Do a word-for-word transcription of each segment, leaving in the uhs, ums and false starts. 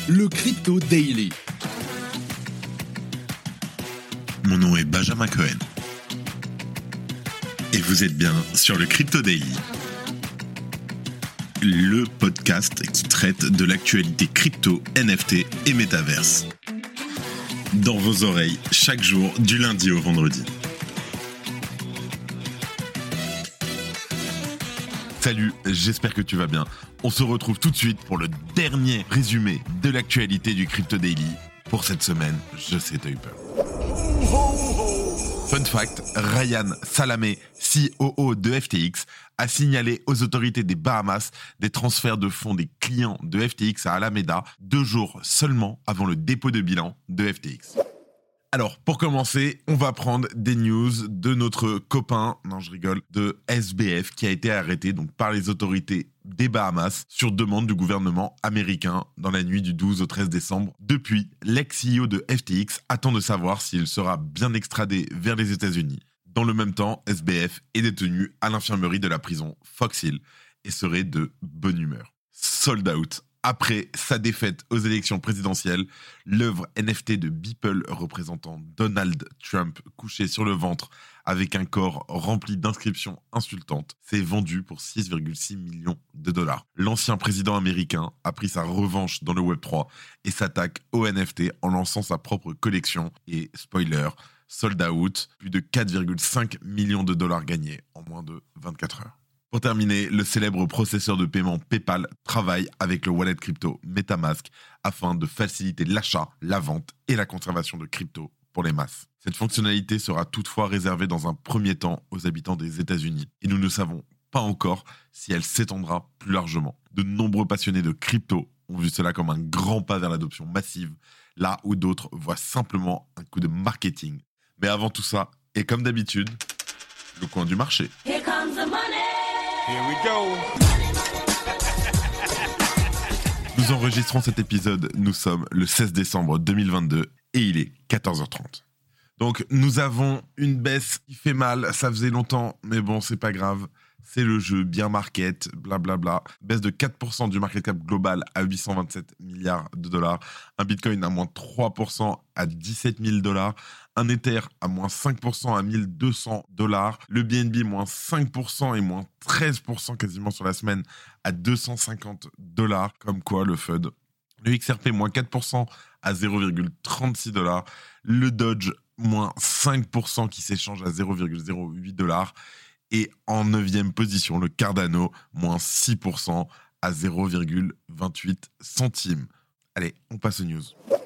le Crypto Daily. Mon nom est Benjamin Cohen. Et vous êtes bien sur le Crypto Daily, le podcast qui traite de l'actualité crypto, N F T et métaverse. Dans vos oreilles, chaque jour, du lundi au vendredi. Salut, j'espère que tu vas bien. On se retrouve tout de suite pour le dernier résumé de l'actualité du Crypto Daily. Pour cette semaine, je sais, t'as eu peur. Fun fact, Ryan Salamé, C O O de F T X, a signalé aux autorités des Bahamas des transferts de fonds des clients de F T X à Alameda deux jours seulement avant le dépôt de bilan de F T X. Alors, pour commencer, on va prendre des news de notre copain, non je rigole, de S B F qui a été arrêté donc par les autorités des Bahamas sur demande du gouvernement américain dans la nuit du douze au treize décembre. Depuis, l'ex-C E O de F T X attend de savoir s'il sera bien extradé vers les États-Unis. Dans le même temps, S B F est détenu à l'infirmerie de la prison Fox Hill et serait de bonne humeur. Sold out. Après sa défaite aux élections présidentielles, l'œuvre N F T de Beeple représentant Donald Trump couché sur le ventre avec un corps rempli d'inscriptions insultantes s'est vendue pour six virgule six millions de dollars. L'ancien président américain a pris sa revanche dans le web trois et s'attaque aux N F T en lançant sa propre collection et, spoiler, sold out, plus de quatre virgule cinq millions de dollars gagnés en moins de vingt-quatre heures. Pour terminer, le célèbre processeur de paiement PayPal travaille avec le wallet crypto MetaMask afin de faciliter l'achat, la vente et la conservation de crypto pour les masses. Cette fonctionnalité sera toutefois réservée dans un premier temps aux habitants des États-Unis et nous ne savons pas encore si elle s'étendra plus largement. De nombreux passionnés de crypto ont vu cela comme un grand pas vers l'adoption massive, là où d'autres voient simplement un coup de marketing. Mais avant tout ça, et comme d'habitude, le coin du marché. Here comes the money. Here we go. Nous enregistrons cet épisode, nous sommes le seize décembre deux mille vingt-deux et il est quatorze heures trente. Donc nous avons une baisse qui fait mal, ça faisait longtemps, mais bon c'est pas grave, c'est le jeu, bien market, blablabla. Baisse de quatre pour cent du market cap global à huit cent vingt-sept milliards de dollars, un bitcoin à moins trois pour cent à dix-sept mille dollars, un Ether à moins cinq pour cent à mille deux cents dollars, le B N B moins cinq pour cent et moins treize pour cent quasiment sur la semaine à deux cent cinquante dollars, comme quoi le F U D. Le X R P moins quatre pour cent à zéro virgule trente-six dollars, le Doge moins cinq pour cent qui s'échange à zéro virgule zéro huit dollars et en neuvième position le Cardano moins six pour cent à zéro virgule vingt-huit centimes. Allez, on passe aux news.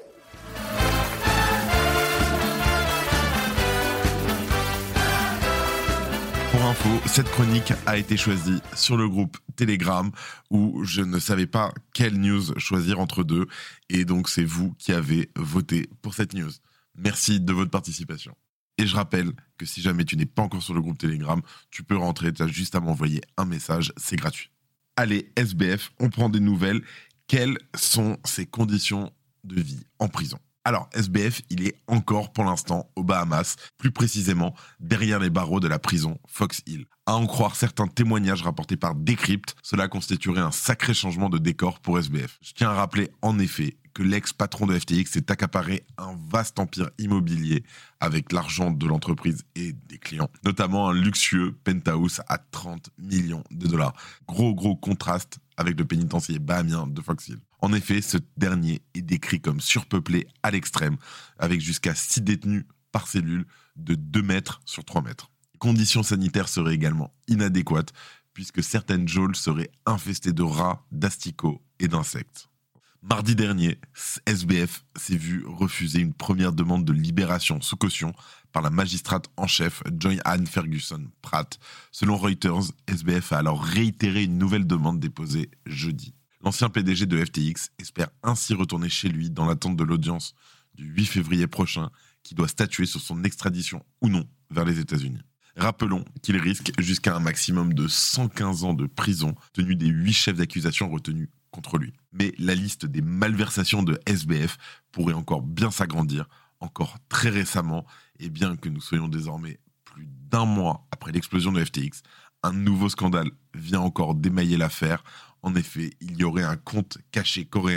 Pour info, cette chronique a été choisie sur le groupe Telegram où je ne savais pas quelle news choisir entre deux et donc c'est vous qui avez voté pour cette news. Merci de votre participation. Et je rappelle que si jamais tu n'es pas encore sur le groupe Telegram, tu peux rentrer, tu as juste à m'envoyer un message, c'est gratuit. Allez, S B F, on prend des nouvelles. Quelles sont ses conditions de vie en prison ? Alors, S B F, il est encore pour l'instant aux Bahamas, plus précisément derrière les barreaux de la prison Fox Hill. À en croire certains témoignages rapportés par Decrypt, cela constituerait un sacré changement de décor pour S B F. Je tiens à rappeler en effet que l'ex-patron de F T X s'est accaparé un vaste empire immobilier avec l'argent de l'entreprise et des clients, notamment un luxueux penthouse à trente millions de dollars. Gros gros contraste avec le pénitencier bahamien de Fox Hill. En effet, ce dernier est décrit comme surpeuplé à l'extrême, avec jusqu'à six détenus par cellule de deux mètres sur trois mètres. Les conditions sanitaires seraient également inadéquates, puisque certaines geôles seraient infestées de rats, d'asticots et d'insectes. Mardi dernier, S B F s'est vu refuser une première demande de libération sous caution par la magistrate en chef Joy Ann Ferguson Pratt. Selon Reuters, S B F a alors réitéré une nouvelle demande déposée jeudi. L'ancien P D G de F T X espère ainsi retourner chez lui dans l'attente de l'audience du huit février prochain qui doit statuer sur son extradition ou non vers les États-Unis. Rappelons qu'il risque jusqu'à un maximum de cent quinze ans de prison tenu des huit chefs d'accusation retenus contre lui. Mais la liste des malversations de S B F pourrait encore bien s'agrandir, encore très récemment, et bien que nous soyons désormais plus d'un mois après l'explosion de F T X, un nouveau scandale vient encore d'émailler l'affaire. En effet, il y aurait un compte caché coréen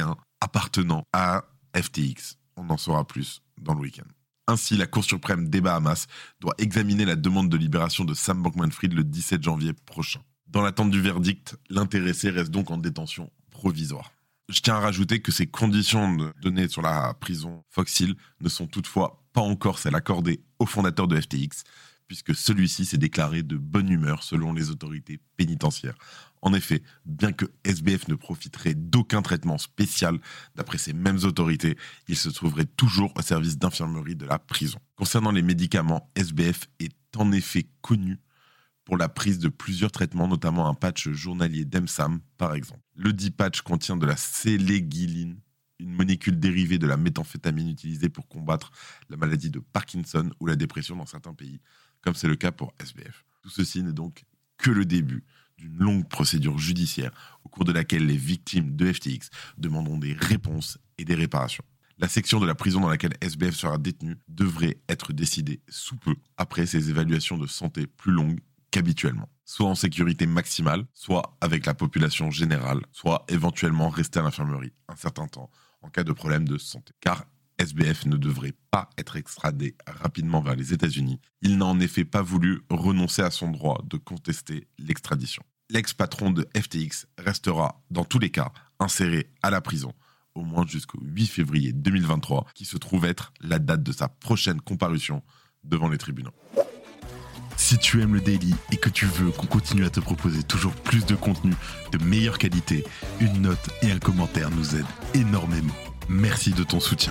appartenant à F T X. On en saura plus dans le week-end. Ainsi, la Cour suprême des Bahamas doit examiner la demande de libération de Sam Bankman-Fried le dix-sept janvier prochain. Dans l'attente du verdict, l'intéressé reste donc en détention provisoire. Je tiens à rajouter que ces conditions de données sur la prison Fox Hill ne sont toutefois pas encore celles accordées au fondateur de F T X, puisque celui-ci s'est déclaré de bonne humeur selon les autorités pénitentiaires. En effet, bien que S B F ne profiterait d'aucun traitement spécial d'après ces mêmes autorités, il se trouverait toujours au service d'infirmerie de la prison. Concernant les médicaments, S B F est en effet connu pour la prise de plusieurs traitements, notamment un patch journalier d'Emsam, par exemple. Le dit patch contient de la sélégiline, une molécule dérivée de la méthamphétamine utilisée pour combattre la maladie de Parkinson ou la dépression dans certains pays, comme c'est le cas pour S B F. Tout ceci n'est donc que le début d'une longue procédure judiciaire au cours de laquelle les victimes de F T X demanderont des réponses et des réparations. La section de la prison dans laquelle S B F sera détenu devrait être décidée sous peu après ces évaluations de santé plus longues qu'habituellement. Soit en sécurité maximale, soit avec la population générale, soit éventuellement rester à l'infirmerie un certain temps en cas de problème de santé. Car S B F ne devrait pas être extradé rapidement vers les États-Unis. Il n'a en effet pas voulu renoncer à son droit de contester l'extradition. L'ex-patron de F T X restera, dans tous les cas, inséré à la prison, au moins jusqu'au huit février deux mille vingt-trois, qui se trouve être la date de sa prochaine comparution devant les tribunaux. Si tu aimes le Daily et que tu veux qu'on continue à te proposer toujours plus de contenu de meilleure qualité, une note et un commentaire nous aident énormément. Merci de ton soutien.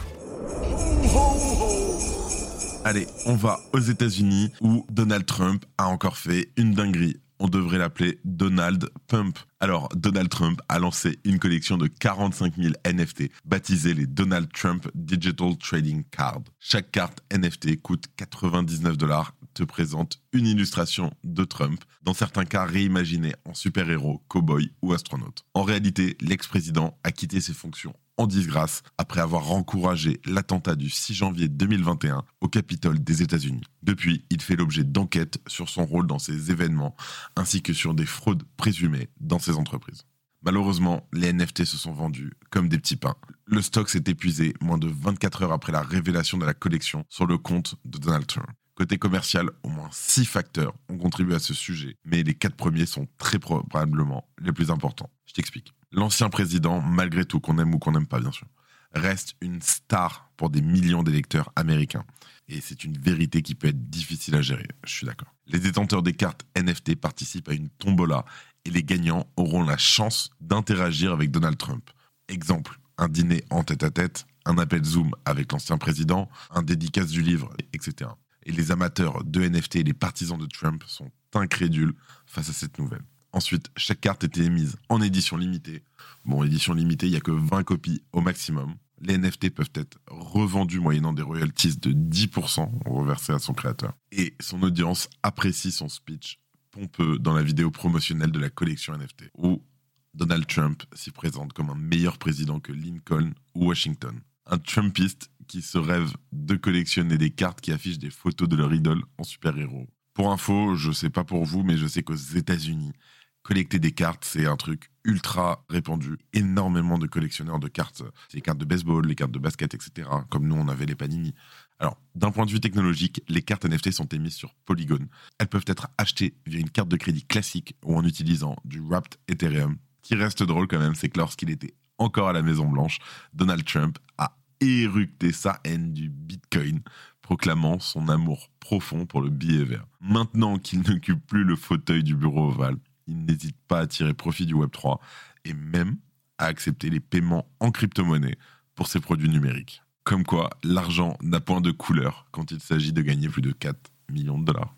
Allez, on va aux États-Unis où Donald Trump a encore fait une dinguerie. On devrait l'appeler Donald Pump. Alors, Donald Trump a lancé une collection de quarante-cinq mille N F T baptisée les Donald Trump Digital Trading Card. Chaque carte N F T coûte quatre-vingt-dix-neuf dollars, te présente une illustration de Trump, dans certains cas réimaginée en super-héros, cow-boy ou astronaute. En réalité, l'ex-président a quitté ses fonctions en disgrâce après avoir encouragé l'attentat du six janvier deux mille vingt et un au Capitole des États-Unis. Depuis, il fait l'objet d'enquêtes sur son rôle dans ces événements ainsi que sur des fraudes présumées dans ces entreprises. Malheureusement, les N F T se sont vendus comme des petits pains. Le stock s'est épuisé moins de vingt-quatre heures après la révélation de la collection sur le compte de Donald Trump. Côté commercial, au moins six facteurs ont contribué à ce sujet, mais les quatre premiers sont très probablement les plus importants. Je t'explique. L'ancien président, malgré tout, qu'on aime ou qu'on n'aime pas bien sûr, reste une star pour des millions d'électeurs américains. Et c'est une vérité qui peut être difficile à gérer, je suis d'accord. Les détenteurs des cartes N F T participent à une tombola et les gagnants auront la chance d'interagir avec Donald Trump. Exemple, un dîner en tête-à-tête, un appel Zoom avec l'ancien président, un dédicace du livre, et cetera. Et les amateurs de N F T et les partisans de Trump sont incrédules face à cette nouvelle. Ensuite, chaque carte était émise en édition limitée. Bon, édition limitée, il n'y a que vingt copies au maximum. Les N F T peuvent être revendus moyennant des royalties de dix pour cent reversés à son créateur. Et son audience apprécie son speech pompeux dans la vidéo promotionnelle de la collection N F T, où Donald Trump s'y présente comme un meilleur président que Lincoln ou Washington. Un Trumpiste qui se rêve de collectionner des cartes qui affichent des photos de leur idole en super-héros. Pour info, je sais pas pour vous, mais je sais qu'aux États-Unis, collecter des cartes, c'est un truc ultra répandu. Énormément de collectionneurs de cartes. C'est les cartes de baseball, les cartes de basket, et cetera. Comme nous, on avait les Panini. Alors, d'un point de vue technologique, les cartes N F T sont émises sur Polygon. Elles peuvent être achetées via une carte de crédit classique ou en utilisant du Wrapped Ethereum. Ce qui reste drôle quand même, c'est que lorsqu'il était encore à la Maison-Blanche, Donald Trump a éructé sa haine du Bitcoin, proclamant son amour profond pour le billet vert. Maintenant qu'il n'occupe plus le fauteuil du bureau ovale, il n'hésite pas à tirer profit du web trois et même à accepter les paiements en crypto-monnaie pour ses produits numériques. Comme quoi, l'argent n'a point de couleur quand il s'agit de gagner plus de quatre millions de dollars.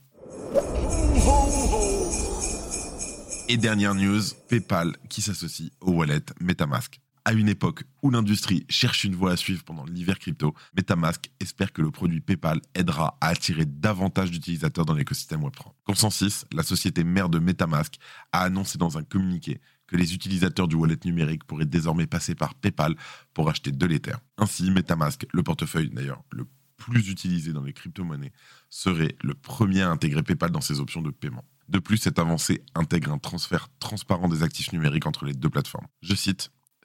Et dernière news, PayPal qui s'associe au wallet MetaMask. À une époque où l'industrie cherche une voie à suivre pendant l'hiver crypto, MetaMask espère que le produit PayPal aidera à attirer davantage d'utilisateurs dans l'écosystème web trois. Consensus, la société mère de MetaMask, a annoncé dans un communiqué que les utilisateurs du wallet numérique pourraient désormais passer par PayPal pour acheter de l'Ether. Ainsi, MetaMask, le portefeuille d'ailleurs le plus utilisé dans les crypto-monnaies, serait le premier à intégrer PayPal dans ses options de paiement. De plus, cette avancée intègre un transfert transparent des actifs numériques entre les deux plateformes. Je cite: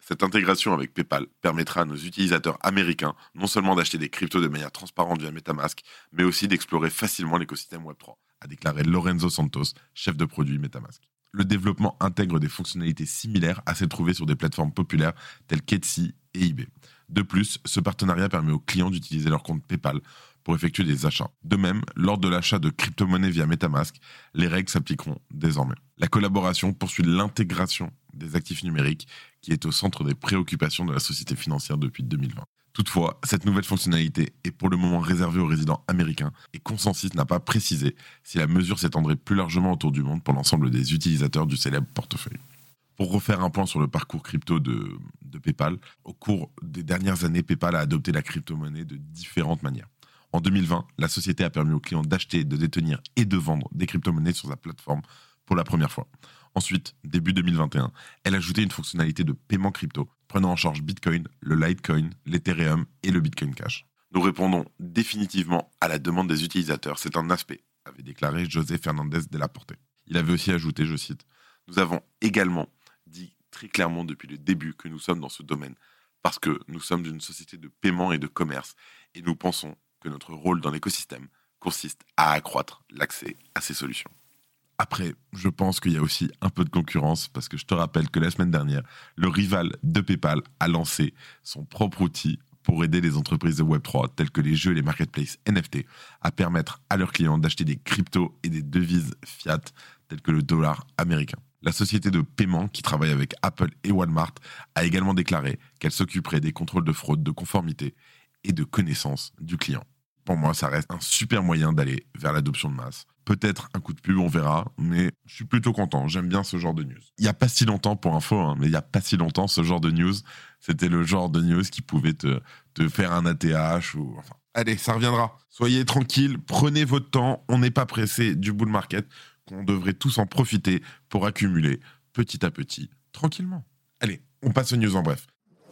Cette intégration avec PayPal permettra à nos utilisateurs américains non seulement d'acheter des cryptos de manière transparente via MetaMask, mais aussi d'explorer facilement l'écosystème web trois, a déclaré Lorenzo Santos, chef de produit MetaMask. Le développement intègre des fonctionnalités similaires à celles trouvées sur des plateformes populaires telles qu'Etsy et eBay. De plus, ce partenariat permet aux clients d'utiliser leur compte PayPal pour effectuer des achats. De même, lors de l'achat de crypto-monnaies via MetaMask, les règles s'appliqueront désormais. La collaboration poursuit l'intégration des actifs numériques qui est au centre des préoccupations de la société financière depuis deux mille vingt. Toutefois, cette nouvelle fonctionnalité est pour le moment réservée aux résidents américains et Consensus n'a pas précisé si la mesure s'étendrait plus largement autour du monde pour l'ensemble des utilisateurs du célèbre portefeuille. Pour refaire un point sur le parcours crypto de, de PayPal, au cours des dernières années, PayPal a adopté la crypto-monnaie de différentes manières. En deux mille vingt, la société a permis aux clients d'acheter, de détenir et de vendre des crypto-monnaies sur sa plateforme pour la première fois. Ensuite, début deux mille vingt et un, elle a ajouté une fonctionnalité de paiement crypto, prenant en charge Bitcoin, le Litecoin, l'Ethereum et le Bitcoin Cash. Nous répondons définitivement à la demande des utilisateurs, c'est un aspect, avait déclaré José Fernandez de la Porte. Il avait aussi ajouté, je cite, « Nous avons également dit très clairement depuis le début que nous sommes dans ce domaine, parce que nous sommes une société de paiement et de commerce, et nous pensons que notre rôle dans l'écosystème consiste à accroître l'accès à ces solutions. » Après, je pense qu'il y a aussi un peu de concurrence parce que je te rappelle que la semaine dernière, le rival de PayPal a lancé son propre outil pour aider les entreprises de web trois telles que les jeux et les marketplaces N F T à permettre à leurs clients d'acheter des cryptos et des devises fiat telles que le dollar américain. La société de paiement qui travaille avec Apple et Walmart a également déclaré qu'elle s'occuperait des contrôles de fraude, de conformité et de connaissance du client. Pour moi, ça reste un super moyen d'aller vers l'adoption de masse. Peut-être un coup de pub, on verra, mais je suis plutôt content. J'aime bien ce genre de news. Il n'y a pas si longtemps, pour info, hein, mais il n'y a pas si longtemps, ce genre de news, c'était le genre de news qui pouvait te, te faire un A T H ou... Enfin, allez, ça reviendra. Soyez tranquilles, prenez votre temps. On n'est pas pressé du bull market, qu'on devrait tous en profiter pour accumuler petit à petit, tranquillement. Allez, on passe aux news en bref.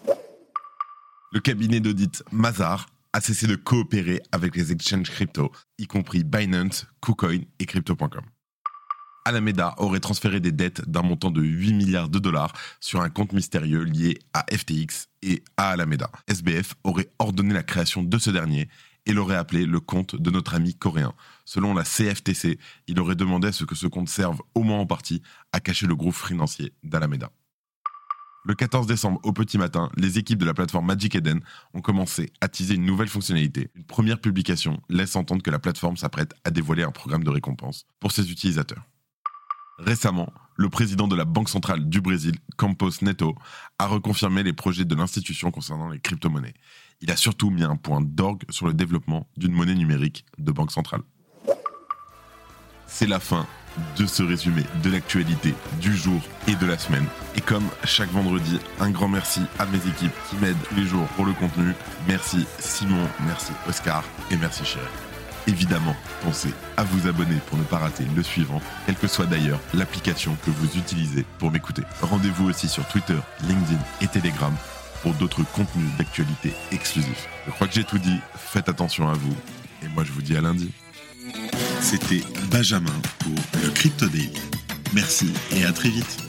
Le cabinet d'audit Mazars a cessé de coopérer avec les exchanges crypto, y compris Binance, KuCoin et Crypto point com. Alameda aurait transféré des dettes d'un montant de huit milliards de dollars sur un compte mystérieux lié à F T X et à Alameda. S B F aurait ordonné la création de ce dernier et l'aurait appelé le compte de notre ami coréen. Selon la C F T C, il aurait demandé à ce que ce compte serve au moins en partie à cacher le groupe financier d'Alameda. Le quatorze décembre au petit matin, les équipes de la plateforme Magic Eden ont commencé à teaser une nouvelle fonctionnalité. Une première publication laisse entendre que la plateforme s'apprête à dévoiler un programme de récompense pour ses utilisateurs. Récemment, le président de la Banque centrale du Brésil, Campos Neto, a reconfirmé les projets de l'institution concernant les crypto-monnaies. Il a surtout mis un point d'orgue sur le développement d'une monnaie numérique de banque centrale. C'est la fin de ce résumé de l'actualité du jour et de la semaine. Et comme chaque vendredi, un grand merci à mes équipes qui m'aident tous les jours pour le contenu. Merci Simon, merci Oscar et merci Chéri. Évidemment, pensez à vous abonner pour ne pas rater le suivant, quelle que soit d'ailleurs l'application que vous utilisez pour m'écouter. Rendez-vous aussi sur Twitter, LinkedIn et Telegram pour d'autres contenus d'actualité exclusifs. Je crois que j'ai tout dit, faites attention à vous et moi je vous dis à lundi. C'était Benjamin pour le Crypto Daily. Merci et à très vite.